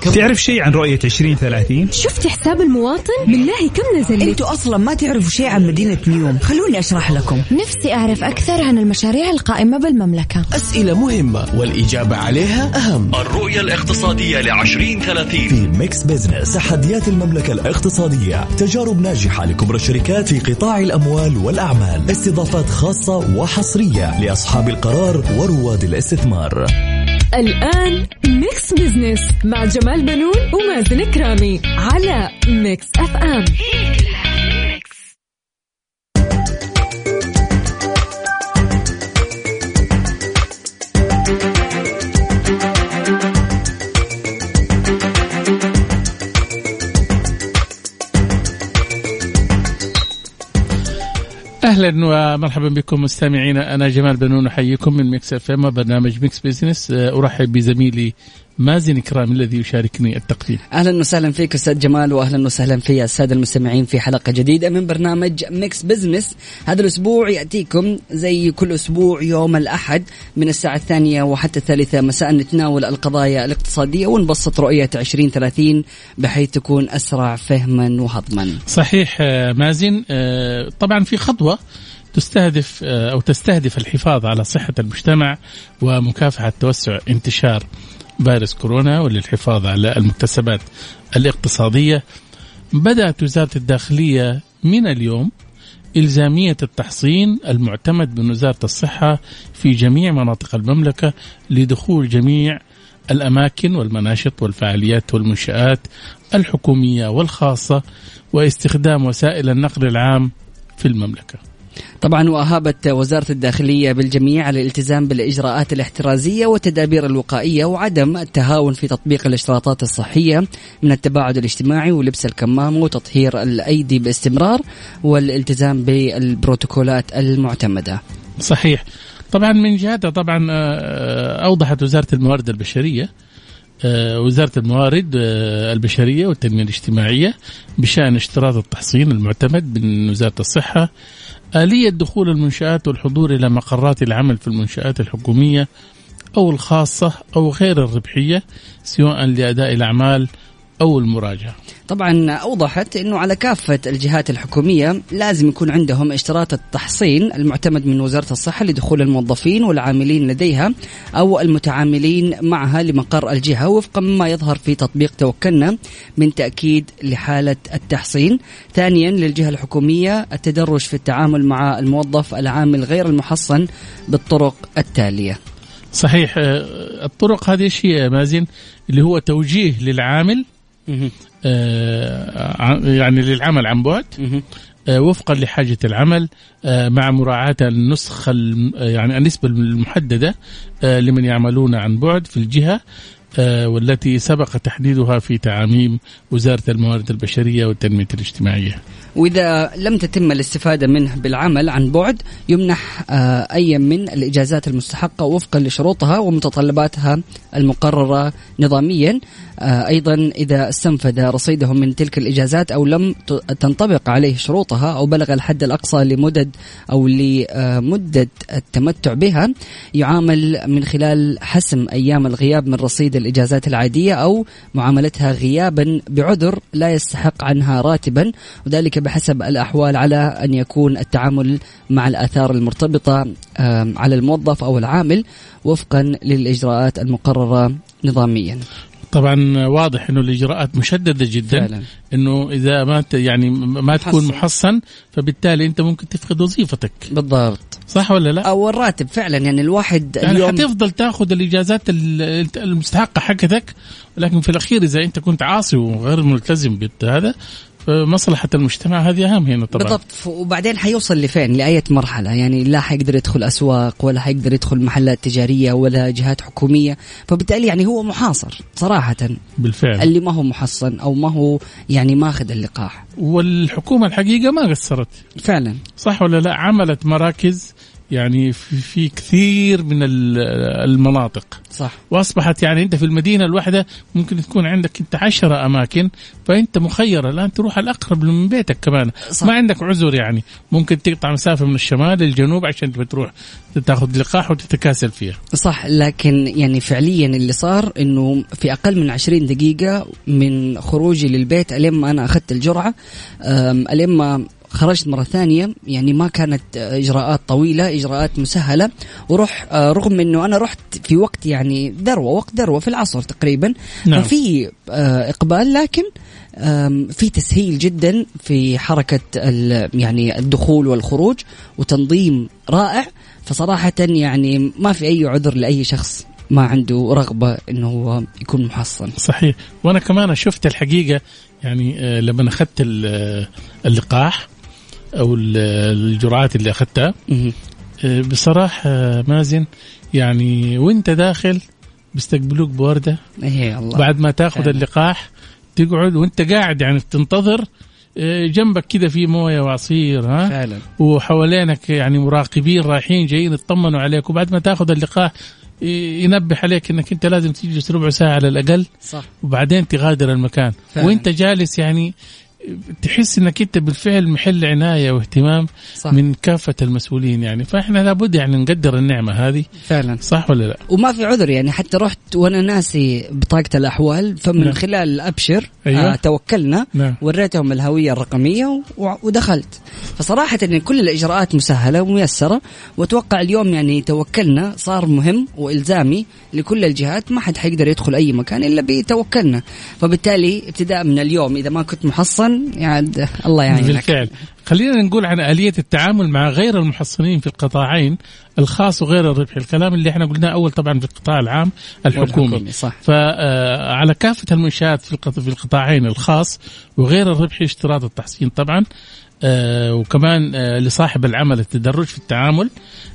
تعرف شيء عن رؤية 2030؟ شفت حساب المواطن؟ بالله كم نزل لي؟ انتوا أصلا ما تعرفوا شيء عن مدينة نيوم، خلوني أشرح لكم. نفسي أعرف أكثر عن المشاريع القائمة بالمملكة. أسئلة مهمة والإجابة عليها أهم. الرؤية الاقتصادية ل2030 في ميكس بزنس. تحديات المملكة الاقتصادية، تجارب ناجحة لكبرى الشركات في قطاع الأموال والأعمال، استضافات خاصة وحصرية لأصحاب القرار ورواد الاستثمار. الآن ميكس بزنس مع جمال بنون ومازن كرامي على ميكس اف ام. أهلا ومرحبا بكم مستمعينا، أنا جمال بنون أحييكم من ميكس اف ام برنامج ميكس بيزنس. أرحب بزميلي مازن كرام الذي يشاركني التقديم. أهلا وسهلا فيك أستاذ جمال، وأهلا وسهلا في السادة المستمعين في حلقة جديدة من برنامج ميكس بزنس. هذا الأسبوع يأتيكم زي كل أسبوع يوم الأحد من الساعة 2 وحتى 3 مساء، نتناول القضايا الاقتصادية ونبسط رؤية 2030 بحيث تكون أسرع فهما وهضما. صحيح مازن. طبعا في خطوة تستهدف الحفاظ على صحة المجتمع ومكافحة توسع انتشار فيروس كورونا وللحفاظ على المكتسبات الاقتصادية. بدأت وزارة الداخلية من اليوم إلزامية التحصين المعتمد من وزارة الصحة في جميع مناطق المملكة لدخول جميع الأماكن والمناشط والفعاليات والمنشآت الحكومية والخاصة واستخدام وسائل النقل العام في المملكة. طبعا وأهابت وزارة الداخلية بالجميع على الالتزام بالإجراءات الاحترازية والتدابير الوقائية وعدم التهاون في تطبيق الاشتراطات الصحية من التباعد الاجتماعي ولبس الكمامة وتطهير الأيدي باستمرار والالتزام بالبروتوكولات المعتمدة. صحيح. طبعا من جهتها طبعا أوضحت وزارة الموارد البشرية وزارة الموارد البشرية والتنمية الاجتماعية بشأن اشتراط التحصين المعتمد من وزارة الصحة آلية دخول المنشآت والحضور إلى مقرات العمل في المنشآت الحكومية أو الخاصة أو غير الربحية سواء لأداء الأعمال أو المراجعة. طبعا أوضحت أنه على كافة الجهات الحكومية لازم يكون عندهم اشتراط التحصين المعتمد من وزارة الصحة لدخول الموظفين والعاملين لديها أو المتعاملين معها لمقر الجهة وفقا ما يظهر في تطبيق توكلنا من تأكيد لحالة التحصين. ثانيا للجهة الحكومية التدرج في التعامل مع الموظف العامل غير المحصن بالطرق التالية. صحيح. الطرق هذه شيء مازن اللي هو توجيه للعامل يعني للعمل عن بعد وفقا لحاجة العمل مع مراعاة النسخ يعني النسبة المحددة لمن يعملون عن بعد في الجهة والتي سبق تحديدها في تعاميم وزارة الموارد البشرية والتنمية الاجتماعية. وإذا لم تتم الاستفادة منه بالعمل عن بعد يمنح أي من الإجازات المستحقة وفقا لشروطها ومتطلباتها المقررة نظاميا. أيضا إذا استنفذ رصيده من تلك الإجازات أو لم تنطبق عليه شروطها أو بلغ الحد الأقصى لمدة التمتع بها يعامل من خلال حسم أيام الغياب من رصيد الإجازات العادية أو معاملتها غيابا بعذر لا يستحق عنها راتبا، وذلك بحسب الأحوال على أن يكون التعامل مع الآثار المرتبطة على الموظف أو العامل وفقا للإجراءات المقررة نظاميا. طبعا واضح انه الاجراءات مشدده جدا فعلا. انه اذا ما تكون محصن فبالتالي انت ممكن تفقد وظيفتك. بالضبط. صح ولا لا؟ او الراتب فعلا، يعني الواحد يعني حتفضل تاخذ الاجازات المستحقه حقتك، ولكن في الاخير اذا انت كنت عاصي وغير ملتزم بهذا مصلحة المجتمع هذه أهم هنا طبعا. بالضبط. وبعدين حيوصل لفين لأية مرحلة، يعني لا حيقدر يدخل أسواق ولا حيقدر يدخل محلات تجارية ولا جهات حكومية، فبالتالي يعني هو محاصر صراحة بالفعل. اللي ما هو محصن أو ما هو يعني ماخذ اللقاح. والحكومة الحقيقة ما قصرت فعلا. صح ولا لا؟ عملت مراكز يعني في كثير من المناطق. صح. واصبحت يعني انت في المدينه الواحده ممكن تكون عندك انت 10 اماكن، فانت مخير الان تروح الاقرب من بيتك كمان. صح. ما عندك عذر، يعني ممكن تقطع مسافه من الشمال للجنوب عشان تروح تاخذ لقاح وتتكاسل فيها. صح. لكن يعني فعليا اللي صار انه في اقل من 20 دقيقه من خروجي للبيت لما انا اخذت الجرعه، لما خرجت مرة ثانية، يعني ما كانت إجراءات طويلة، إجراءات مسهلة، وروح رغم أنه أنا رحت في وقت يعني وقت ذروة في العصر تقريبا. نعم. ففي إقبال، لكن في تسهيل جدا في حركة يعني الدخول والخروج، وتنظيم رائع. فصراحة يعني ما في أي عذر لأي شخص ما عنده رغبة إنه هو يكون محصن. صحيح. وأنا كمان شفت الحقيقة يعني لما أخذت اللقاح أو الجرعات اللي أخذتها بصراحة مازن، يعني وانت داخل بيستقبلوك بوردة. الله. بعد ما تاخذ اللقاح تقعد وانت قاعد يعني تنتظر، جنبك كده في مويه وعصير فعلا، وحوالينك يعني مراقبين رايحين جايين يطمنوا عليك. وبعد ما تاخذ اللقاح ينبه عليك انك انت لازم تجلس ربع ساعة على الأقل. صح. وبعدين تغادر المكان فعلا. وانت جالس يعني تحس انك انت بالفعل محل عناية واهتمام. صح. من كافة المسؤولين يعني. فاحنا لابد يعني نقدر النعمة هذه فعلا. صح ولا لا؟ وما في عذر يعني. حتى رحت وانا ناسي بطاقة الأحوال، فمن خلال أبشر أيوة. توكلنا. وريتهم الهوية الرقمية ودخلت. فصراحة ان كل الإجراءات مسهلة وميسرة، واتوقع اليوم يعني توكلنا صار مهم وإلزامي لكل الجهات. ما حد حيقدر يدخل أي مكان إلا بتوكلنا. فبالتالي ابتداء من اليوم إذا ما كنت محصن يعني الله يعينك. بالفعل. خلينا نقول عن آلية التعامل مع غير المحصنين في القطاعين الخاص وغير الربحي. الكلام اللي احنا قلناه أول طبعا في القطاع العام الحكومي. فعلى كافة المنشآت في القطاعين الخاص وغير الربحي اشتراط التحصين طبعا. وكمان لصاحب العمل التدرج في التعامل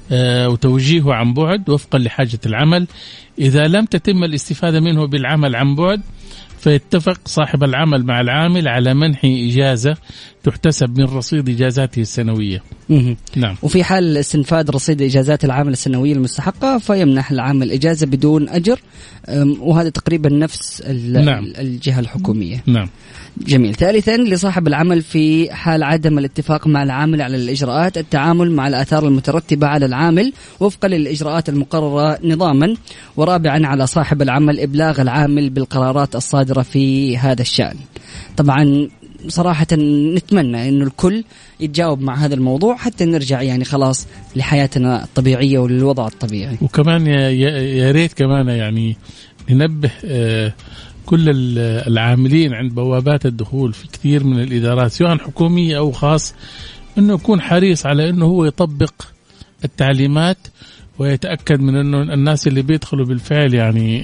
وتوجيهه عن بعد وفقا لحاجة العمل. إذا لم تتم الاستفادة منه بالعمل عن بعد، فيتفق صاحب العمل مع العامل على منح إجازة تحتسب من رصيد إجازاته السنوية. نعم. وفي حال استنفاد رصيد إجازات العامل السنوية المستحقة فيمنح العامل إجازة بدون أجر، وهذا تقريبا نفس الجهة الحكومية. نعم. جميل. ثالثا لصاحب العمل في حال عدم الاتفاق مع العامل على الإجراءات التعامل مع الآثار المترتبة على العامل وفقا للإجراءات المقررة نظاما. ورابعا على صاحب العمل إبلاغ العامل بالقرارات الصادرة في هذا الشأن. طبعا صراحة نتمنى إنه الكل يتجاوب مع هذا الموضوع حتى نرجع يعني خلاص لحياتنا الطبيعية وللوضع الطبيعي. وكمان يا ريت كمان يعني ننبه كل العاملين عند بوابات الدخول في كثير من الإدارات سواء حكومية أو خاص، إنه يكون حريص على إنه هو يطبق التعليمات ويتأكد من إنه الناس اللي بيدخلوا بالفعل يعني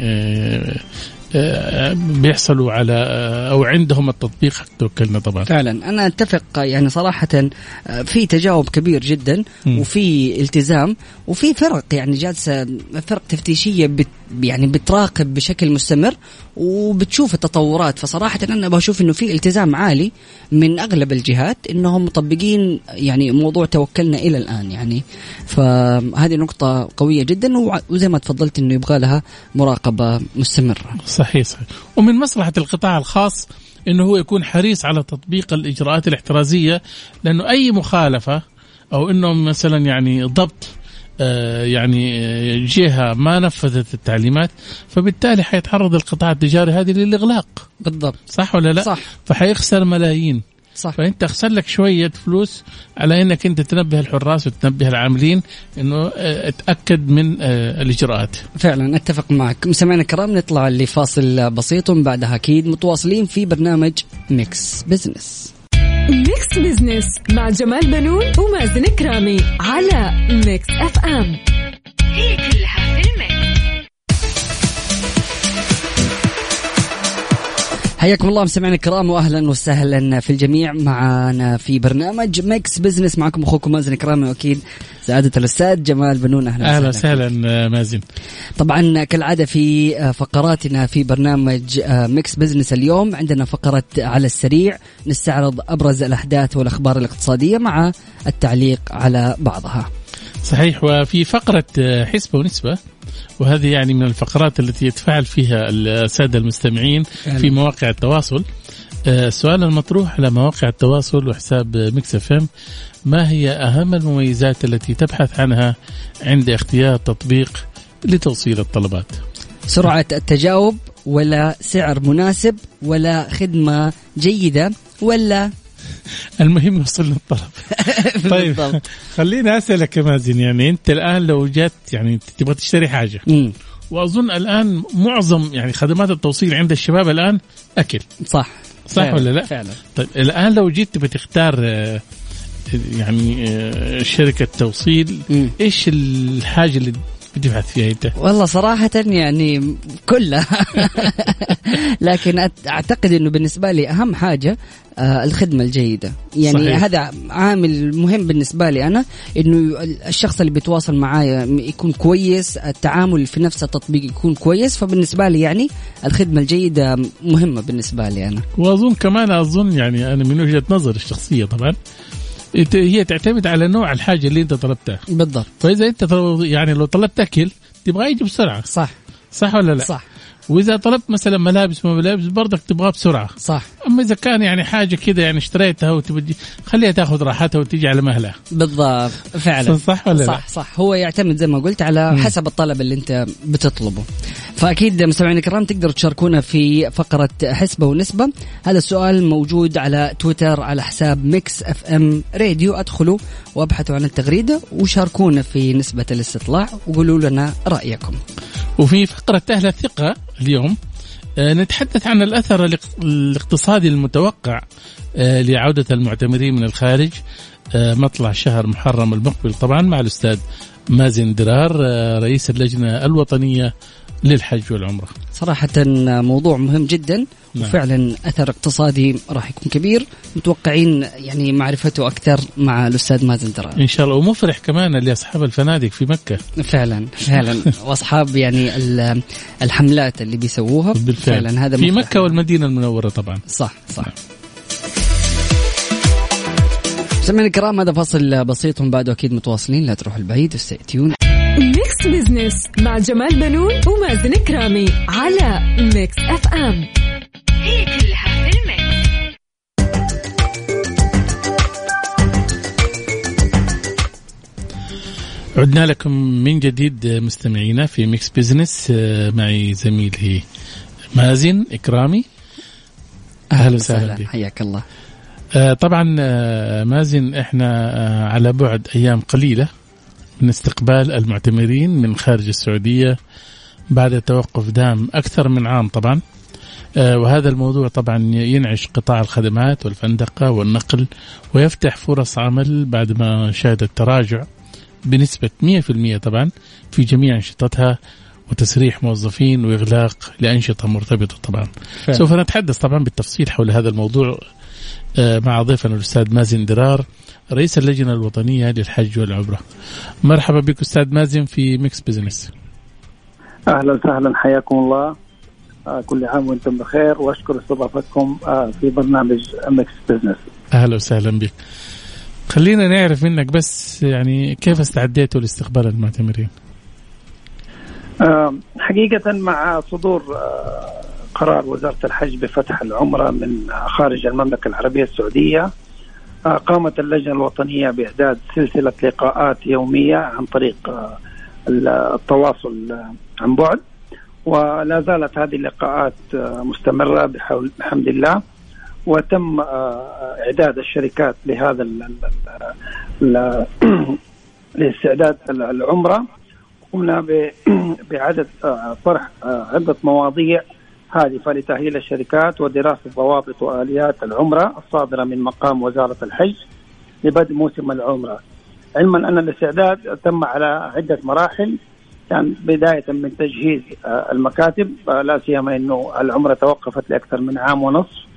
بيحصلوا على أو عندهم التطبيق حق توكلنا. طبعا فعلا أنا أتفق يعني صراحة في تجاوب كبير جدا وفي التزام وفي فرق يعني جالسة فرق تفتيشية يعني بتراقب بشكل مستمر وبتشوف التطورات. فصراحة أنا بشوف إنه في التزام عالي من أغلب الجهات إنهم مطبقين يعني موضوع توكلنا إلى الآن يعني. فهذه نقطة قوية جدا وزي ما تفضلت إنه يبغى لها مراقبة مستمرة. صحيح. ومن مصلحة القطاع الخاص إنه هو يكون حريص على تطبيق الإجراءات الاحترازية، لأنه أي مخالفة أو إنه مثلا يعني ضبط يعني جهة ما نفذت التعليمات فبالتالي حيتعرض القطاع التجاري هذه للإغلاق. بالضبط. صح ولا لا؟ صح. فحيخسر ملايين. صح. فأنت أخسر لك شوية فلوس على أنك أنت تنبه الحراس وتنبه العاملين أنه اتأكد من الإجراءات. فعلا أتفق معك. مستمعينا الكرام نطلع لفاصل بسيط وبعدها أكيد متواصلين في برنامج ميكس بزنس. ميكس بزنس مع جمال بنون ومازن كرامي على ميكس اف ام. هي كلها في الميكس. حياكم الله مستمعينا الكرام واهلا وسهلا في الجميع معنا في برنامج ميكس بزنس. معكم اخوكم مازن كرامي واكيد سعادة الاستاذ جمال بنون. اهلا وسهلا مازن. طبعا كالعاده في فقراتنا في برنامج ميكس بزنس اليوم عندنا فقره على السريع نستعرض ابرز الاحداث والاخبار الاقتصاديه مع التعليق على بعضها. صحيح. وفي فقرة حسبة ونسبة، وهذه يعني من الفقرات التي يتفاعل فيها السادة المستمعين في مواقع التواصل. السؤال المطروح على مواقع التواصل وحساب ميكس اف ام: ما هي أهم المميزات التي تبحث عنها عند اختيار تطبيق لتوصيل الطلبات؟ سرعة التجاوب، ولا سعر مناسب، ولا خدمة جيدة، ولا المهم وصلنا الطلب. طيب خليني أسألك يا مازن، يعني أنت الآن لو جات يعني تبغى تشتري حاجة، وأظن الآن معظم يعني خدمات التوصيل عند الشباب الآن أكل، صح ولا لا؟ فعلا. طيب الآن لو جيت بتختار يعني شركة توصيل، إيش الحاجة اللي بتبحث فيها أنت؟ والله صراحة يعني كلها. لكن أعتقد أنه بالنسبة لي أهم حاجة الخدمة الجيدة. يعني صحيح. هذا عامل مهم بالنسبة لي أنا، أنه الشخص اللي بيتواصل معايا يكون كويس، التعامل في نفس التطبيق يكون كويس. فبالنسبة لي يعني الخدمة الجيدة مهمة بالنسبة لي أنا. وأظن كمان يعني أنا من وجهة نظر الشخصية طبعا هي تعتمد على نوع الحاجة اللي أنت طلبتها بالضبط. فإذا أنت يعني لو طلبت أكل تبغى يجي بسرعة، صح ولا لا؟ صح. وإذا طلبت مثلا ملابس برضك تبغى بسرعة، صح. أما إذا كان يعني حاجة كده يعني اشتريتها وتبدي خليها تأخذ راحتها وتيجي على مهلها. بالضبط فعلا. صح ولا لا؟ صح. هو يعتمد زي ما قلت على حسب الطلب اللي أنت بتطلبه. فأكيد مستمعينا الكرام تقدروا تشاركونا في فقرة حسبة ونسبة. هذا السؤال موجود على تويتر على حساب ميكس اف ام راديو. أدخلوا وابحثوا عن التغريدة وشاركونا في نسبة الاستطلاع وقولوا لنا رأيكم. وفي فقرة أهل الثقة اليوم نتحدث عن الأثر الاقتصادي المتوقع لعودة المعتمرين من الخارج مطلع شهر محرم المقبل، طبعا مع الأستاذ مازن درار رئيس اللجنة الوطنية للحج والعمرة. صراحة موضوع مهم جدا وفعلا أثر اقتصادي راح يكون كبير. متوقعين يعني معرفته أكثر مع الأستاذ مازن درار إن شاء الله. ومفرح كمان لأصحاب الفنادق في مكة فعلا وأصحاب يعني الحملات اللي بيسووها بالفعل. فعلا هذا في مكة والمدينة المنورة طبعا. صح. سمعنا الكرام، هذا فاصل بسيط وبعده أكيد متواصلين، لا تروح البعيد استيتيون. ميكس بزنس مع جمال بنون ومازن كرامي على ميكس اف ام. هي كلها في الميكس. عدنا لكم من جديد مستمعينا في ميكس بزنس، معي زميلي مازن إكرامي. أهلا وسهلا، حياك الله. طبعا مازن، احنا على بعد أيام قليلة من استقبال المعتمرين من خارج السعودية بعد توقف دام أكثر من عام طبعا. وهذا الموضوع طبعا ينعش قطاع الخدمات والفندقة والنقل ويفتح فرص عمل بعد ما شهد التراجع بنسبة 100% طبعا في جميع أنشطتها، وتسريح موظفين وإغلاق لأنشطة مرتبطة طبعا. سوف نتحدث طبعا بالتفصيل حول هذا الموضوع مع ضيفنا الأستاذ مازن درار رئيس اللجنة الوطنية للحج والعمرة. مرحبا بك أستاذ مازن في ميكس بزنس. أهلا وسهلا، حياكم الله. كل عام وانتم بخير، وأشكر استضافتكم في برنامج ميكس بزنس. أهلا وسهلا بك. خلينا نعرف منك بس يعني كيف استعديتوا لاستقبال المعتمرين؟ حقيقة مع صدور قرار وزارة الحج بفتح العمرة من خارج المملكة العربية السعودية، قامت اللجنة الوطنية بإعداد سلسلة لقاءات يومية عن طريق التواصل عن بعد، ولا زالت هذه اللقاءات مستمرة بحمد الله. وتم إعداد الشركات لهذا لاستعداد العمرة. قمنا بعدد طرح عدة مواضيع هادفة لتأهيل الشركات ودراسة ضوابط وآليات العمرة الصادرة من مقام وزارة الحج لبدء موسم العمرة، علما أن الاستعداد تم على عدة مراحل. يعني بداية من تجهيز المكاتب، لا سيما أنه العمرة توقفت لأكثر من عام ونصف،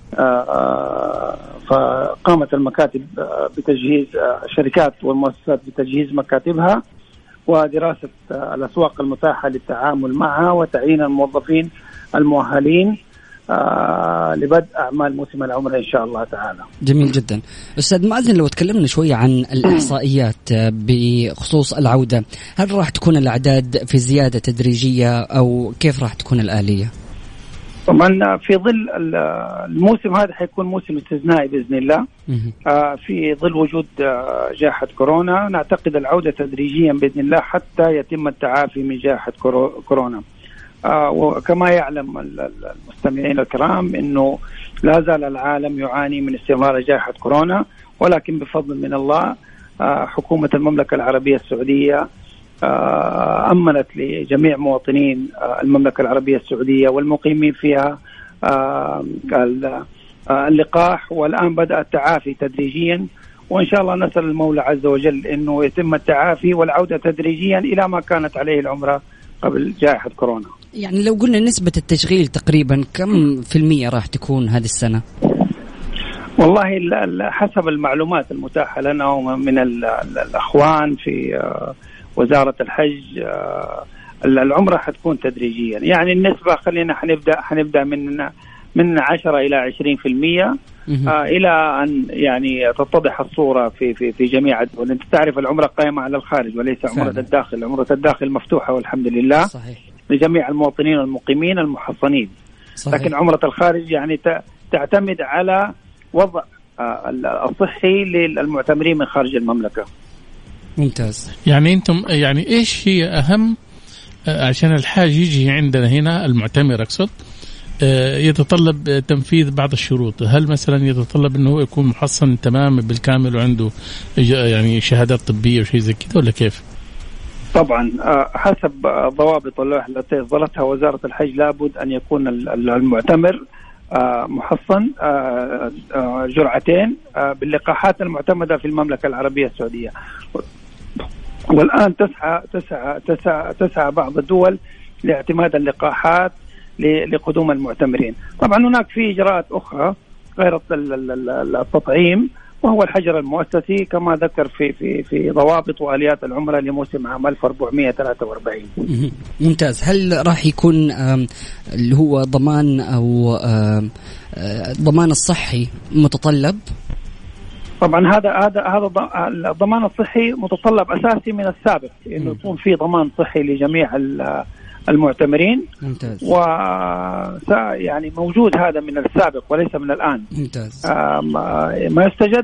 فقامت المكاتب بتجهيز الشركات والمؤسسات بتجهيز مكاتبها ودراسة الأسواق المتاحة للتعامل معها وتعيين الموظفين المؤهلين لبدء أعمال موسم العمرة إن شاء الله تعالى. جميل جدا. أستاذ مازن، لو تكلمنا شوية عن الإحصائيات بخصوص العودة، هل راح تكون الأعداد في زيادة تدريجية أو كيف راح تكون الآلية؟ طبعا في ظل الموسم هذا حيكون موسم استثنائي بإذن الله، في ظل وجود جائحة كورونا. نعتقد العودة تدريجيا بإذن الله حتى يتم التعافي من جائحة كورونا. وكما يعلم المستمعين الكرام أنه لا زال العالم يعاني من استمرار جائحة كورونا، ولكن بفضل من الله حكومة المملكة العربية السعودية أمنت لجميع مواطنين المملكة العربية السعودية والمقيمين فيها اللقاح، والآن بدأ التعافي تدريجيا، وإن شاء الله نسأل المولى عز وجل أنه يتم التعافي والعودة تدريجيا إلى ما كانت عليه العمرة قبل جائحة كورونا. يعني لو قلنا نسبة التشغيل تقريبا كم في المية راح تكون هذه السنة؟ والله حسب المعلومات المتاحة لنا ومن الأخوان في وزارة الحج، العمرة حتكون تدريجيا. يعني النسبة خلينا حنبدأ من 10 إلى 20% إلى أن يعني تتضح الصورة في جميع الدول. أنت تعرف العمرة قائمة على الخارج وليس عمرة الداخل. عمرة الداخل مفتوحة والحمد لله. صحيح. لجميع المواطنين والمقيمين المحصنين. صحيح. لكن عمرة الخارج يعني تعتمد على وضع الصحي للمعتمرين من خارج المملكة. ممتاز. يعني أنتم يعني إيش هي أهم عشان الحاج يجي عندنا هنا المعتمر أقصد يتطلب تنفيذ بعض الشروط؟ هل مثلا يتطلب أنه هو يكون محصن تمام بالكامل وعنده يعني شهادات طبية وشيء زي كده ولا كيف؟ طبعا حسب ضوابط التي اصدرتها وزارة الحج لابد أن يكون المعتمر محصن جرعتين باللقاحات المعتمدة في المملكة العربية السعودية. والآن تسعى بعض الدول لاعتماد اللقاحات لقدوم المعتمرين. طبعا هناك في إجراءات أخرى غير التطعيم وهو الحجر المؤسسي كما ذكر في ضوابط وآليات العمرة لموسم عام 1443. ممتاز. هل راح يكون اللي هو ضمان أو ضمان الصحي متطلب؟ طبعا هذا الضمان الصحي متطلب أساسي من السابق، إنه يكون في ضمان صحي لجميع المعتمرين. ممتاز. يعني موجود هذا من السابق وليس من الآن. ممتاز. ما يستجد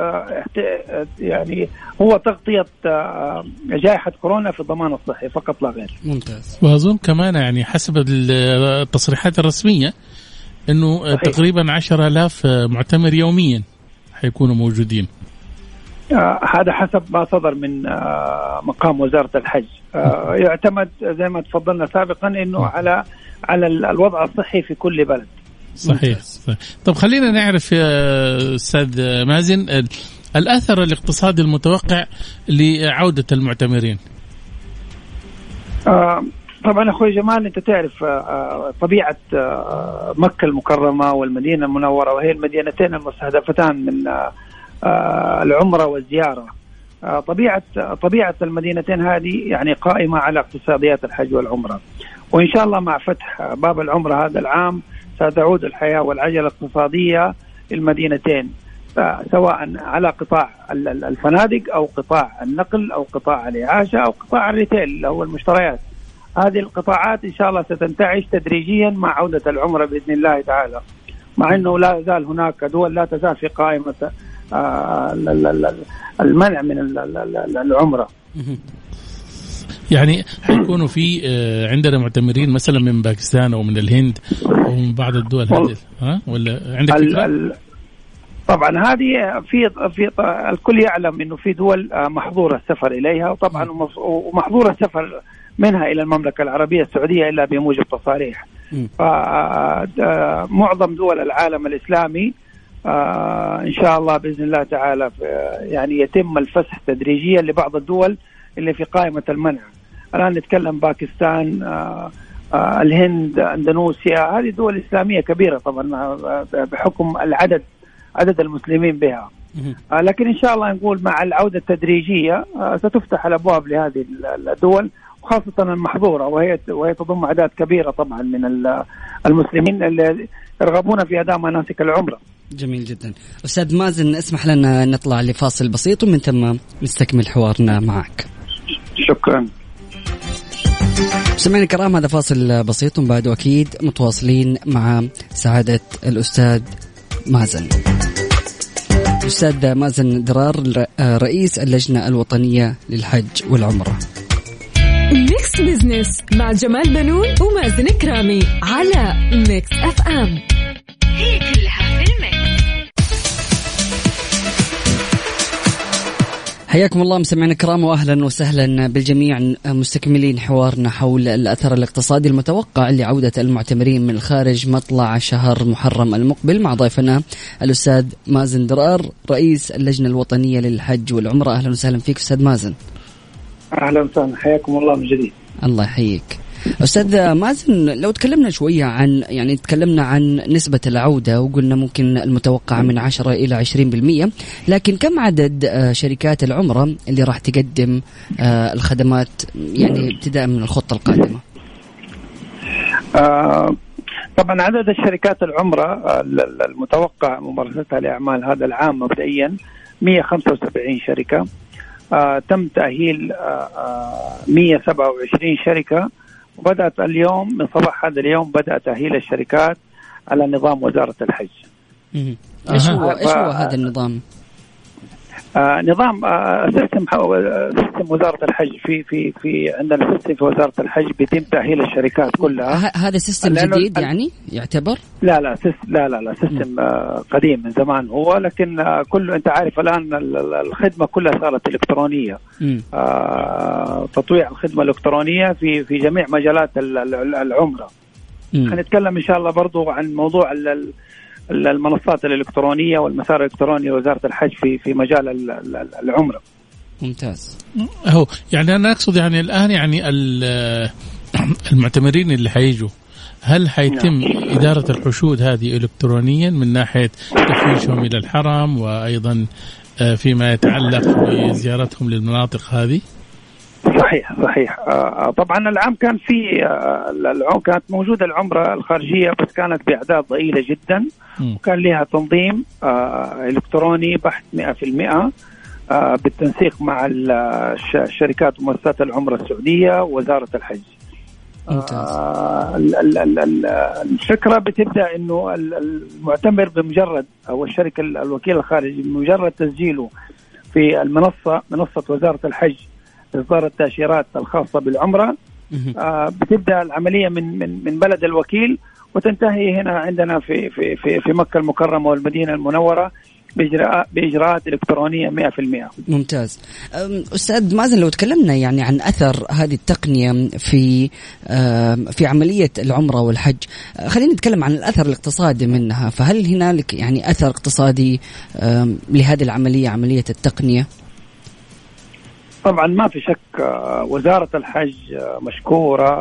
يعني هو تغطية جائحة كورونا في الضمان الصحي فقط لا غير. ممتاز. وأظن كمان يعني حسب التصريحات الرسمية إنه صحيح. تقريبا 10,000 معتمر يوميا حيكونوا موجودين. هذا حسب ما صدر من مقام وزارة الحج. يعتمد زي ما تفضلنا سابقا إنه على الوضع الصحي في كل بلد. صحيح. طب خلينا نعرف يا أستاذ مازن الأثر الاقتصادي المتوقع لعودة المعتمرين. طبعا أخوي جمال أنت تعرف طبيعة مكة المكرمة والمدينة المنورة وهي المدينتين المستهدفتان من العمرة والزيارة. طبيعة المدينتين هذه يعني قائمة على اقتصاديات الحج والعمرة، وإن شاء الله مع فتح باب العمرة هذا العام ستعود الحياة والعجلة الاقتصادية للمدينتين، سواء على قطاع الفنادق أو قطاع النقل أو قطاع الإعاشة أو قطاع الريتيل اللي هو المشتريات. هذه القطاعات إن شاء الله ستنتعش تدريجيا مع عودة العمرة بإذن الله تعالى، مع أنه لا زال هناك دول لا تزال في قائمة المنع من العمرة. يعني حيكونوا في عندنا معتمرين مثلا من باكستان أو من الهند أو من بعض الدول هذه ولا عندك فكرة؟ طبعا هذه في الكل يعلم إنه في دول محظور السفر إليها، وطبعا ومحظور السفر منها إلى المملكة العربية السعودية إلا بموجب تصاريح. معظم دول العالم الإسلامي إن شاء الله بإذن الله تعالى يعني يتم الفسح تدريجيا لبعض الدول اللي في قائمة المنع. الآن نتكلم باكستان، الهند، أندونيسيا، هذه دول إسلامية كبيرة طبعا بحكم عدد المسلمين بها. لكن إن شاء الله نقول مع العودة التدريجية ستفتح الأبواب لهذه الدول، وخاصة المحظورة، وهي تضم أعداد كبيرة طبعا من المسلمين اللي يرغبون في أداء مناسك العمرة. جميل جدا. أستاذ مازن، اسمح لنا نطلع لفاصل بسيط ومن ثم نستكمل حوارنا معك. شكرا. سمعنا الكرام، هذا فاصل بسيط وبعده أكيد متواصلين مع سعادة الأستاذ مازن. الأستاذ مازن درار رئيس اللجنة الوطنية للحج والعمرة. ميكس بزنس مع جمال بنون ومازن كرامي على ميكس اف ام. هي كلها في الميكس. حياكم الله مستمعينا الكرام، واهلا وسهلا بالجميع. مستكملين حوارنا حول الاثر الاقتصادي المتوقع لعودة المعتمرين من الخارج مطلع شهر محرم المقبل مع ضيفنا الاستاذ مازن درار رئيس اللجنة الوطنية للحج والعمرة. اهلا وسهلا فيك استاذ مازن. اهلا وسهلا، حياكم الله من جديد. الله يحييك. أستاذ مازن، لو تكلمنا شوية عن تكلمنا عن نسبة العودة وقلنا ممكن المتوقع من 10 إلى 20%، لكن كم عدد شركات العمرة اللي راح تقدم الخدمات ابتداء من الخطة القادمة؟ طبعا عدد الشركات العمرة المتوقع ممارستها لأعمال هذا العام مبدئيا 175 شركة. تم تأهيل 127 شركة، وبدأت اليوم من صباح هذا اليوم بدأ تأهيل الشركات على نظام وزارة الحج. إيش هو هذا النظام؟ نظام سيستم وزارة الحج. في عندنا سيستم في وزارة الحج بيتم تأهيل الشركات كلها. هذا سيستم جديد يعتبر؟ لا سيستم قديم من زمان هو، لكن كله أنت عارف الآن الخدمة كلها صارت إلكترونية. تطويع الخدمة الإلكترونية في جميع مجالات العمرة. هنتكلم إن شاء الله برضو عن موضوع المنصات الإلكترونية والمسار الإلكتروني لوزارة الحج في مجال العمرة. ممتاز. هو أنا أقصد الآن المعتمرين اللي حيجوا، هل حيتم إدارة الحشود هذه إلكترونيا من ناحية تفويشهم إلى الحرم، وأيضا فيما يتعلق بزيارتهم للمناطق هذه؟ صحيح. طبعا العام كان كانت موجودة العمرة الخارجية، بس كانت بأعداد ضئيلة جدا، وكان لها تنظيم إلكتروني بحت 100% بالتنسيق مع الشركات ومؤسسات العمرة السعودية ووزارة الحج. الفكرة بتبدأ إنه المعتمر بمجرد أو الشركة الوكيل الخارجي بمجرد تسجيله في منصة وزارة الحج إصدار التأشيرات الخاصة بالعمرة، بتبدأ العملية من بلد الوكيل وتنتهي هنا عندنا في مكة المكرمة والمدينة المنورة بإجراءات إلكترونية 100%. ممتاز. أستاذ مازن، لو تكلمنا عن أثر هذه التقنية في عملية العمرة والحج، خلينا نتكلم عن الأثر الاقتصادي منها. فهل هنالك أثر اقتصادي لهذه العملية، عملية التقنية؟ طبعا ما في شك وزارة الحج مشكورة،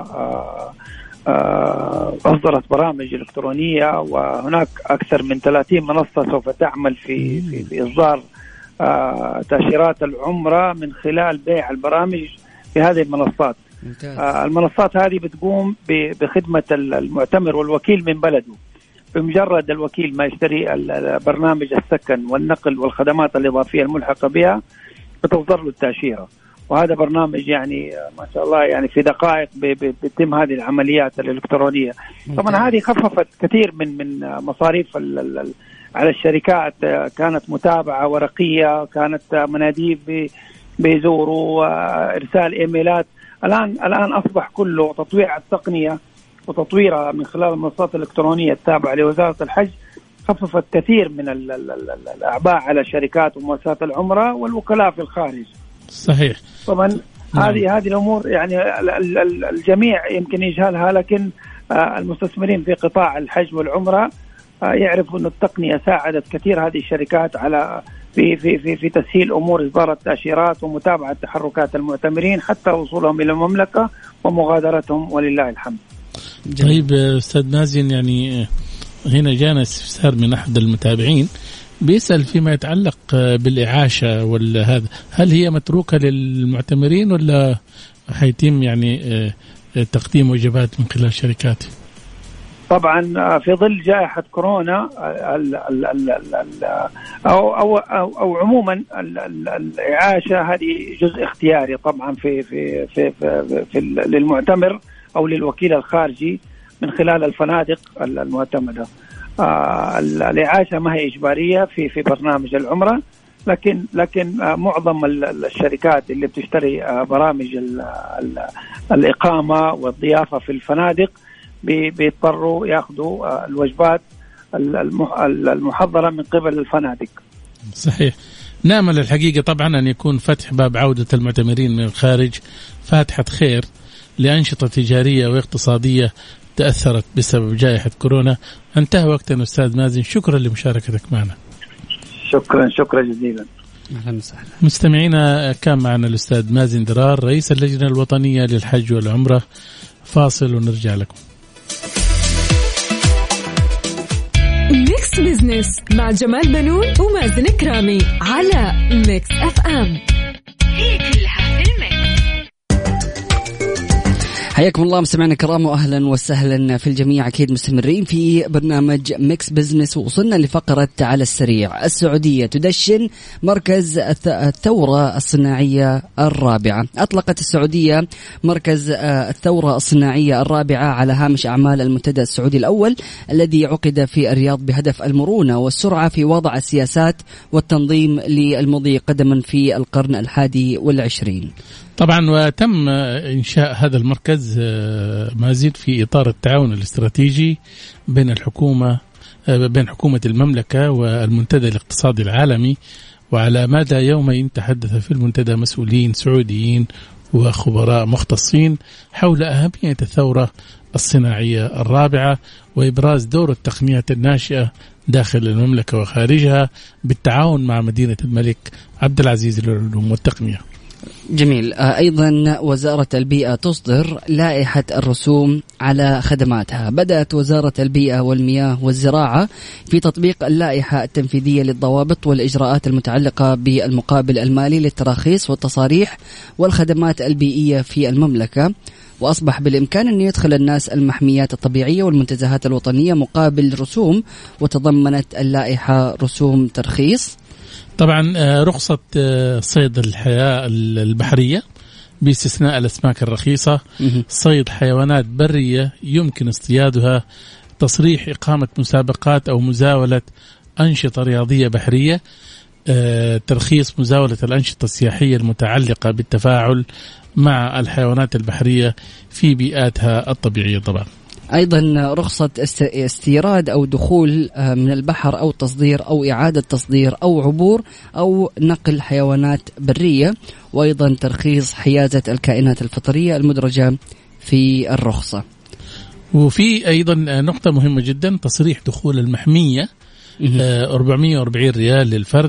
أصدرت برامج إلكترونية، وهناك أكثر من 30 منصة سوف تعمل في إصدار تأشيرات العمرة من خلال بيع البرامج في هذه المنصات. المنصات هذه بتقوم بخدمة المعتمر والوكيل من بلده. بمجرد الوكيل ما يشتري برنامج السكن والنقل والخدمات الإضافية الملحقة بها بتصدر له التأشيرة، وهذا برنامج ما شاء الله في دقائق بتتم هذه العمليات الإلكترونية. طبعا هذه خففت كثير من مصاريف على الشركات. كانت متابعة ورقية، كانت مناديب بيزوروا، إرسال إيميلات. الآن أصبح كله تطويع التقنية وتطويرها من خلال المنصات الإلكترونية التابعة لوزارة الحج، خففت كثير من الأعباء على الشركات ومؤسسات العمرة والوكلاء في الخارج. صحيح. طبعا هذه الأمور الجميع يمكن يجهلها، لكن المستثمرين في قطاع الحج والعمرة يعرفوا أن التقنية ساعدت كثير هذه الشركات على في تسهيل أمور إصدار التأشيرات ومتابعة تحركات المعتمرين حتى وصولهم إلى المملكة ومغادرتهم، ولله الحمد. طيب أستاذ مازن، هنا جانا استفسار من أحد المتابعين بيسأل فيما يتعلق بالإعاشة، ولا هذا هل هي متروكة للمعتمرين ولا حيتم يعني تقديم وجبات من خلال شركات؟ طبعا في ظل جائحة كورونا أو عموما الإعاشة هذه جزء اختياري طبعا في للمعتمر أو للوكيل الخارجي من خلال الفنادق المعتمدة. الإعاشة ما هي إجبارية في برنامج العمرة، لكن معظم الشركات اللي بتشتري برامج الإقامة والضيافة في الفنادق بيضطروا ياخذوا الوجبات المحضرة من قبل الفنادق. صحيح. نأمل الحقيقة طبعا أن يكون فتح باب عودة المعتمرين من الخارج فاتحة خير لأنشطة تجارية واقتصادية تأثرت بسبب جائحة كورونا. انتهى وقتنا أستاذ مازن، شكرا لمشاركتك معنا. شكرا جزيلا. أهلا وسهلا. مستمعينا، كان معنا الأستاذ مازن درار رئيس اللجنة الوطنية للحج والعمرة. فاصل ونرجع لكم. ميكس بزنس مع جمال بنون ومازن كرامي على ميكس اف ام. هي كلها في الميكس. حياكم الله مستمعينا الكرام واهلا وسهلا في الجميع. اكيد مستمرين في برنامج ميكس بزنس، ووصلنا لفقره على السريع. السعوديه تدشن مركز الثوره الصناعيه الرابعه. اطلقت السعوديه مركز الثوره الصناعيه الرابعه على هامش اعمال المنتدى السعودي الاول الذي عقد في الرياض بهدف المرونه والسرعه في وضع السياسات والتنظيم للمضي قدما في القرن 21. طبعا وتم إنشاء هذا المركز ما زيد في إطار التعاون الاستراتيجي بين حكومة المملكة والمنتدى الاقتصادي العالمي. وعلى مدى يومين تحدث في المنتدى مسؤولين سعوديين وخبراء مختصين حول أهمية الثورة الصناعية الرابعة وإبراز دور التقنيات الناشئة داخل المملكة وخارجها بالتعاون مع مدينة الملك عبد العزيز للعلوم والتقنية. جميل. أيضا وزارة البيئة تصدر لائحة الرسوم على خدماتها. بدأت وزارة البيئة والمياه والزراعة في تطبيق اللائحة التنفيذية للضوابط والإجراءات المتعلقة بالمقابل المالي للتراخيص والتصاريح والخدمات البيئية في المملكة، وأصبح بالإمكان أن يدخل الناس المحميات الطبيعية والمنتزهات الوطنية مقابل رسوم، وتضمنت اللائحة رسوم ترخيص. طبعا رخصة صيد الحياة البحرية باستثناء الأسماك الرخيصة، صيد حيوانات برية يمكن اصطيادها، تصريح إقامة مسابقات أو مزاولة أنشطة رياضية بحرية، ترخيص مزاولة الأنشطة السياحية المتعلقة بالتفاعل مع الحيوانات البحرية في بيئاتها الطبيعية. طبعا أيضا رخصة استيراد أو دخول من البحر أو تصدير أو إعادة تصدير أو عبور أو نقل حيوانات برية، وأيضا ترخيص حيازة الكائنات الفطرية المدرجة في الرخصة. وفي أيضا نقطة مهمة جدا، تصريح دخول المحمية 440 ريال للفرد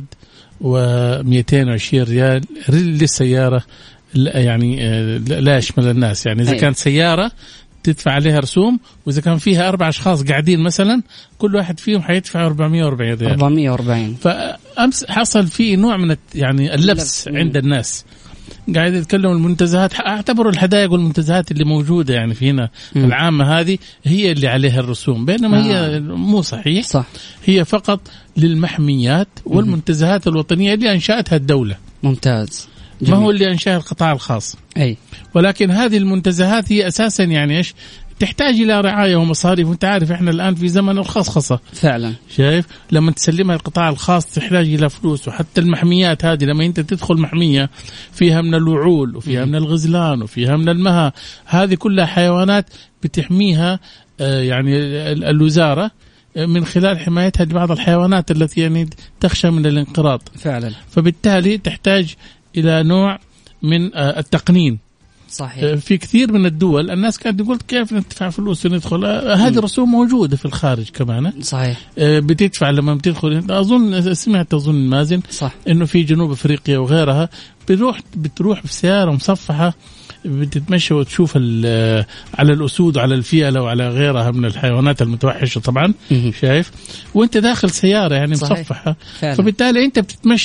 و220 ريال للسيارة، يعني لا يشمل الناس. يعني إذا كانت سيارة تدفع عليها رسوم، وإذا كان فيها 4 أشخاص قاعدين مثلا كل واحد فيهم حيدفع 440 ريال. 440. فأمس حصل فيه نوع من يعني اللبس عند الناس. قاعد يتكلموا المنتزهات، اعتبروا الحدائق والمنتزهات اللي موجودة يعني فينا العامة هذه هي اللي عليها الرسوم، بينما هي مو صحيح. صح. هي فقط للمحميات والمنتزهات الوطنية اللي أنشأتها الدولة. ممتاز. جميل. ما هو اللي أنشأ القطاع الخاص. أي. ولكن هذه المنتزهات هي أساسا يعني إيش تحتاج إلى رعاية ومصاريف، وأنت عارف إحنا الآن في زمن الخصخصة فعلا. شايف لما تسلمها القطاع الخاص تحتاج إلى فلوس. وحتى المحميات هذه لما أنت تدخل محمية فيها من الوعول وفيها من الغزلان وفيها من المها، هذه كلها حيوانات بتحميها يعني الوزارة من خلال حمايتها لبعض الحيوانات التي يعني تخشى من الانقراض فعلا. فبالتالي تحتاج إلى نوع من التقنين. صحيح. في كثير من الدول الناس كانت تقول كيف ندفع فلوس وندخل، هذه رسوم موجودة في الخارج كمان. صحيح. بتدفع لما بتدخل. أظن سمعت مازن صح إنه في جنوب أفريقيا وغيرها بتروح بسيارة مصفحة بتتمشى وتشوف على الأسود وعلى الفيلة وعلى غيرها من الحيوانات المتوحشة طبعا. شايف وانت داخل سيارة يعني مصفحة. فبالتالي انت بتتمشى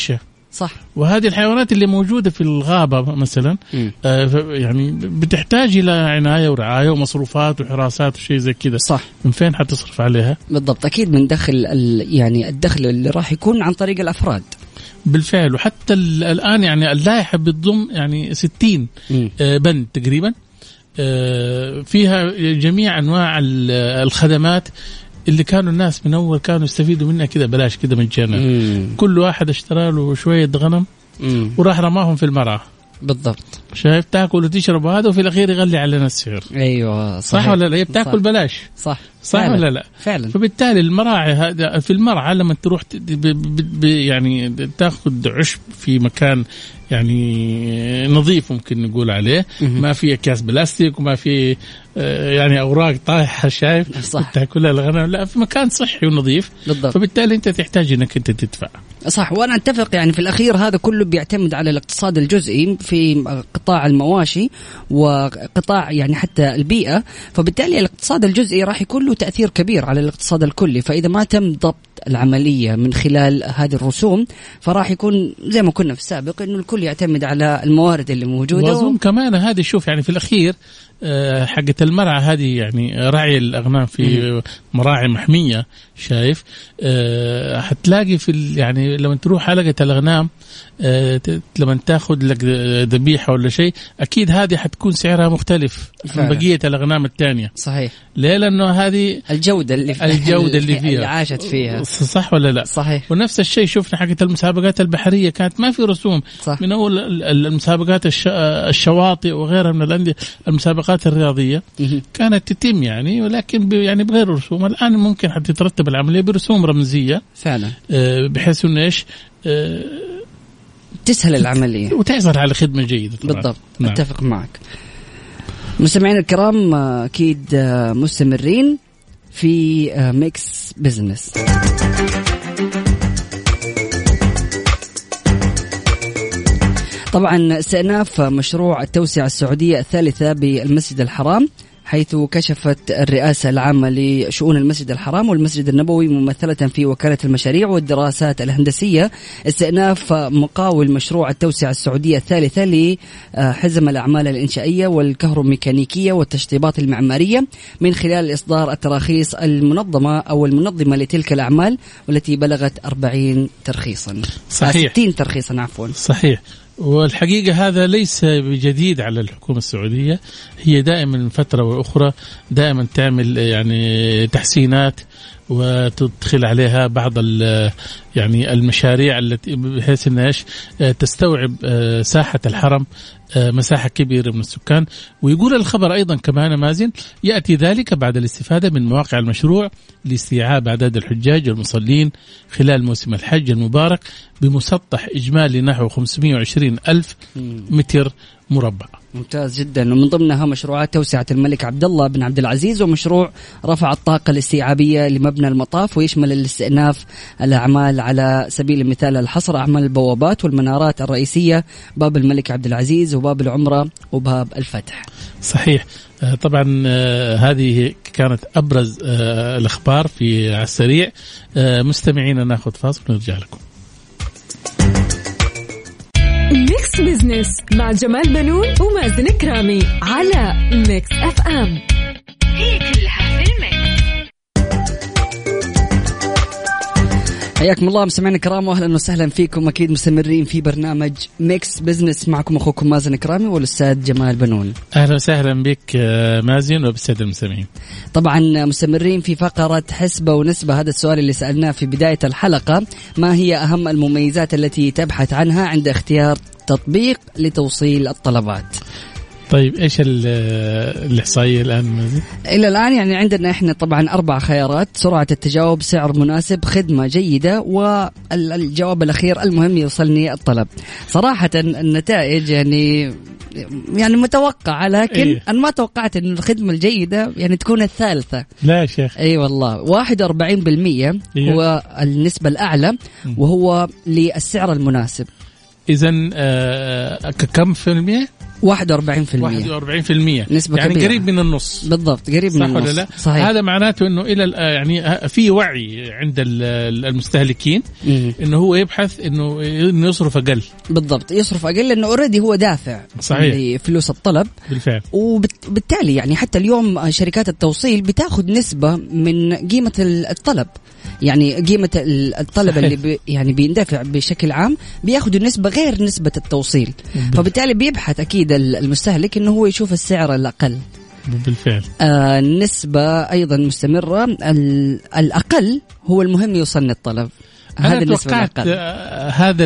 صح. وهذه الحيوانات اللي موجودة في الغابة مثلا يعني بتحتاج إلى عناية ورعاية ومصروفات وحراسات وشيء زي كذا. صح. من فين حتصرف عليها؟ بالضبط، أكيد من دخل يعني الدخل اللي راح يكون عن طريق الأفراد. بالفعل. وحتى الآن يعني اللائحة بتضم يعني 60 بند تقريبا فيها جميع أنواع الخدمات اللي كانوا الناس من أول كانوا يستفيدوا منها كده بلاش كده مجانا. كل واحد اشترى له شوية غنم وراح رماهم في المرعى. بالضبط. شايف تاكل وتشرب هذا وفي الأخير يغلي علينا السعر. أيوة صح ولا لا؟ بتاكل بلاش. صح فعلا. ولا لا؟ فعلا. فبالتالي المراعي هذا في المرعى لما تروح يعني تاخذ عشب في مكان يعني نظيف ممكن نقول عليه، ما في أكياس بلاستيك وما في يعني أوراق طايحة شايف تاكلها الغنم، لا في مكان صحي ونظيف. بالضبط. فبالتالي أنت تحتاج أنك أنت تدفع. صح. وأنا أتفق يعني في الأخير هذا كله بيعتمد على الاقتصاد الجزئي في قطاع المواشي وقطاع يعني حتى البيئة، فبالتالي الاقتصاد الجزئي راح يكون له تأثير كبير على الاقتصاد الكلي. فإذا ما تم ضبط العملية من خلال هذه الرسوم فراح يكون زي ما كنا في السابق إنه الكل يعتمد على الموارد اللي موجودة. وأظن كمان هذه شوف يعني في الأخير حقة المرعى هذه يعني رعي الأغنام في مراعي محمية شايف هتلاقي في يعني لما تروح حلقة الأغنام لما تاخد لك ذبيحة ولا شيء أكيد هذه حتكون سعرها مختلف عن بقية الأغنام الثانية. صحيح. ليه؟ لأنه هذه الجودة اللي فيها اللي عاشت فيها. صح ولا لا؟ صحيح. ونفس الشيء شفنا حقة المسابقات البحرية كانت ما في رسوم. صح. من أول المسابقات الشواطئ وغيرها من الأندية المسابقات الرياضية كانت تتم يعني ولكن يعني بغير رسوم. الآن ممكن حتترتب العملية برسوم رمزية فعلا بحيث إنه إيش تسهل العملية وتحصل على خدمة جيدة. بالضبط. نعم. أتفق معك. مستمعين الكرام أكيد مستمرين في ميكس بزنس. طبعا استئناف مشروع التوسعة السعودية الثالثة بالمسجد الحرام، حيث كشفت الرئاسة العامة لشؤون المسجد الحرام والمسجد النبوي ممثلة في وكالة المشاريع والدراسات الهندسية استئناف مقاول مشروع التوسعة السعودية الثالثة لحزم الأعمال الإنشائية والكهروميكانيكية والتشطيبات المعمارية من خلال إصدار التراخيص المنظمة أو المنظمة لتلك الأعمال والتي بلغت 40 ترخيصا. صحيح. 60 ترخيصا عفوا. صحيح. والحقيقة هذا ليس بجديد على الحكومة السعودية، هي دائما من فترة وأخرى دائما تعمل يعني تحسينات وتدخل عليها بعض يعني المشاريع التي بحيث انها تستوعب ساحة الحرم مساحة كبيرة من السكان. ويقول الخبر أيضا كمان مازن يأتي ذلك بعد الاستفادة من مواقع المشروع لاستيعاب أعداد الحجاج والمصلين خلال موسم الحج المبارك بمسطح إجمالي نحو 520 ألف متر مربع. ممتاز جدا. ومن ضمنها مشروعات توسعة الملك عبد الله بن عبد العزيز ومشروع رفع الطاقة الاستيعابية لمبنى المطاف، ويشمل الاستئناف الأعمال على سبيل المثال الحصر أعمال البوابات والمنارات الرئيسية باب الملك عبد العزيز وباب العمرة وباب الفتح. صحيح. طبعا هذه كانت أبرز الأخبار في على السريع. مستمعين ناخذ فاصل ونرجع لكم. ميكس بزنس مع جمال بنون ومازن كرامي على ميكس اف ام، هي كلها في الميكس. حياكم الله مستمعينا الكرام واهلا وسهلا فيكم. اكيد مستمرين في برنامج ميكس بزنس، معكم اخوكم مازن كرامي والاستاذ جمال بنون. اهلا وسهلا بك مازن وبالساده المستمعين. طبعا مستمرين في فقره حسبه ونسبه. هذا السؤال اللي سالناه في بدايه الحلقه، ما هي اهم المميزات التي تبحث عنها عند اختيار تطبيق لتوصيل الطلبات؟ طيب ايش الاحصائيه الان؟ الى الان يعني عندنا احنا طبعا 4 خيارات: سرعه التجاوب، سعر مناسب، خدمه جيده، والجواب الاخير المهم يوصلني الطلب. صراحه النتائج يعني متوقعه، لكن انا ما توقعت ان الخدمه الجيده يعني تكون الثالثه. لا يا شيخ. اي والله 41% هو النسبه الاعلى، وهو للسعر المناسب. اذا كم في المية؟ 41% نسبة يعني كبيرة. قريب من النص بالضبط، قريب من النص. ولا لا؟ صحيح. هذا معناته انه الى يعني في وعي عند المستهلكين انه هو يبحث انه يصرف اقل. بالضبط، يصرف اقل لانه اوريدي هو دافع صحيح لفلوس الطلب بالفعل. وبالتالي يعني حتى اليوم شركات التوصيل بتاخذ نسبة من قيمة الطلب، يعني قيمة الطلب اللي يعني بيندفع بشكل عام بياخذوا نسبة غير نسبة التوصيل. فبالتالي بيبحث أكيد المستهلك إنه هو يشوف السعر الأقل. بالفعل. النسبة أيضا مستمرة، الأقل هو المهم يوصلني الطلب. هذا النسبة الأقل. هذا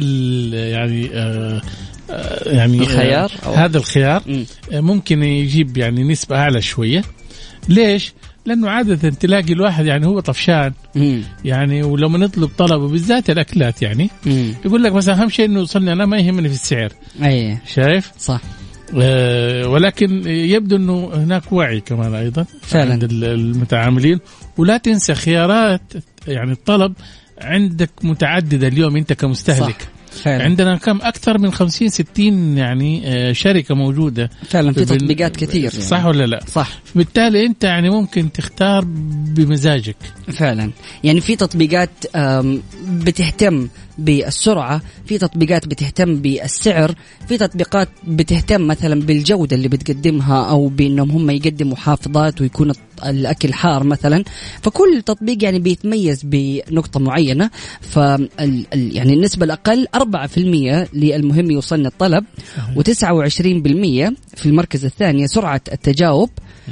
يعني الخيار هذا الخيار ممكن يجيب يعني نسبة أعلى شوية. ليش؟ لأنه عادة تلاقي الواحد يعني هو طفشان يعني، ولما نطلب طلب وبالذات الأكلات يعني يقول لك مثلا أهم شيء إنه يوصلني، أنا ما يهمني في السعر. أيه. شايف؟ صح. ولكن يبدو إنه هناك وعي كمان أيضا فعلا عند المتعاملين. ولا تنسى خيارات يعني الطلب عندك متعددة اليوم أنت كمستهلك. صح. فعلا. عندنا كم أكثر من 50-60 يعني شركة موجودة فعلا في تطبيقات كثير يعني. صح ولا لا؟ صح. بالتالي أنت يعني ممكن تختار بمزاجك. فعلا يعني في تطبيقات بتهتم بالسرعة، في تطبيقات بتهتم بالسعر، في تطبيقات بتهتم مثلا بالجودة اللي بتقدمها أو بأنهم هم يقدموا حافظات ويكون الأكل حار مثلا. فكل تطبيق يعني بيتميز بنقطة معينة. يعني النسبة الأقل 4% للمهم يوصلنا الطلب، و29% في المركز الثاني سرعة التجاوب،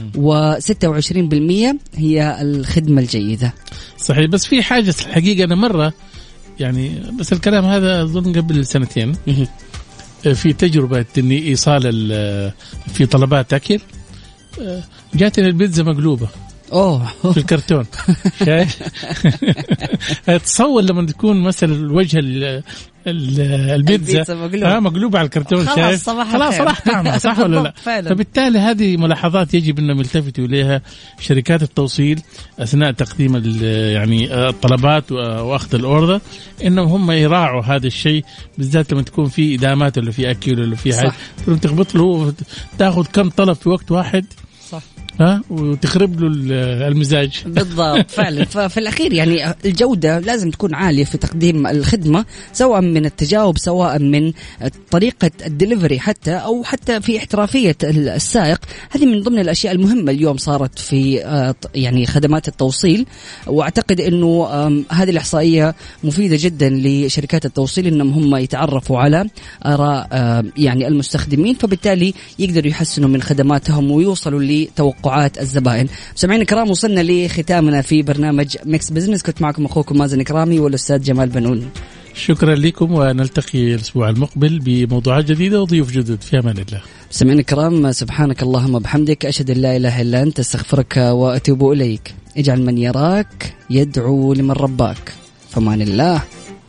و26% هي الخدمة الجيدة. صحيح. بس في حاجة الحقيقة أنا مرة يعني، بس الكلام هذا أظن قبل 2 سنين في تجربة إني إيصال في طلبات أكل، جاتني البيتزا مقلوبة في الكرتون. تصور لما تكون مثلا الوجه البيتزا مقلوبة على الكرتون، خلاص صراحة طعمها صح ولا لا؟ فبالتالي هذه ملاحظات يجب أنهم يلتفتوا إليها شركات التوصيل أثناء تقديم يعني الطلبات وأخذ الأوردر، إنهم هم يراعوا هذا الشيء، بالذات لما تكون في إدامات ولا في أكل ولا في حاجة تخبط له تأخذ كم طلب في وقت واحد. صح. وتخرب له المزاج. بالضبط فعلا. ففي الأخير يعني الجودة لازم تكون عالية في تقديم الخدمة، سواء من التجاوب، سواء من طريقة الدليفري أو حتى في احترافية السائق. هذه من ضمن الأشياء المهمة اليوم صارت في يعني خدمات التوصيل. وأعتقد أنه هذه الإحصائية مفيدة جدا لشركات التوصيل، أنهم هم يتعرفوا على آراء يعني المستخدمين، فبالتالي يقدروا يحسنوا من خدماتهم ويوصلوا لتوقعات الزبائن. سمعين الكرام، وصلنا لختامنا في برنامج ميكس بزنس. كنت معكم أخوكم مازن إكرامي والأستاذ جمال بنون. شكرا لكم، ونلتقي الأسبوع المقبل بموضوعات جديدة وضيوف جدد. في أمان الله. سمعين الكرام، سبحانك اللهم بحمدك، أشهد أن لا إله إلا أنت، استغفرك وأتوب إليك. اجعل من يراك يدعو لمن رباك. فمان الله.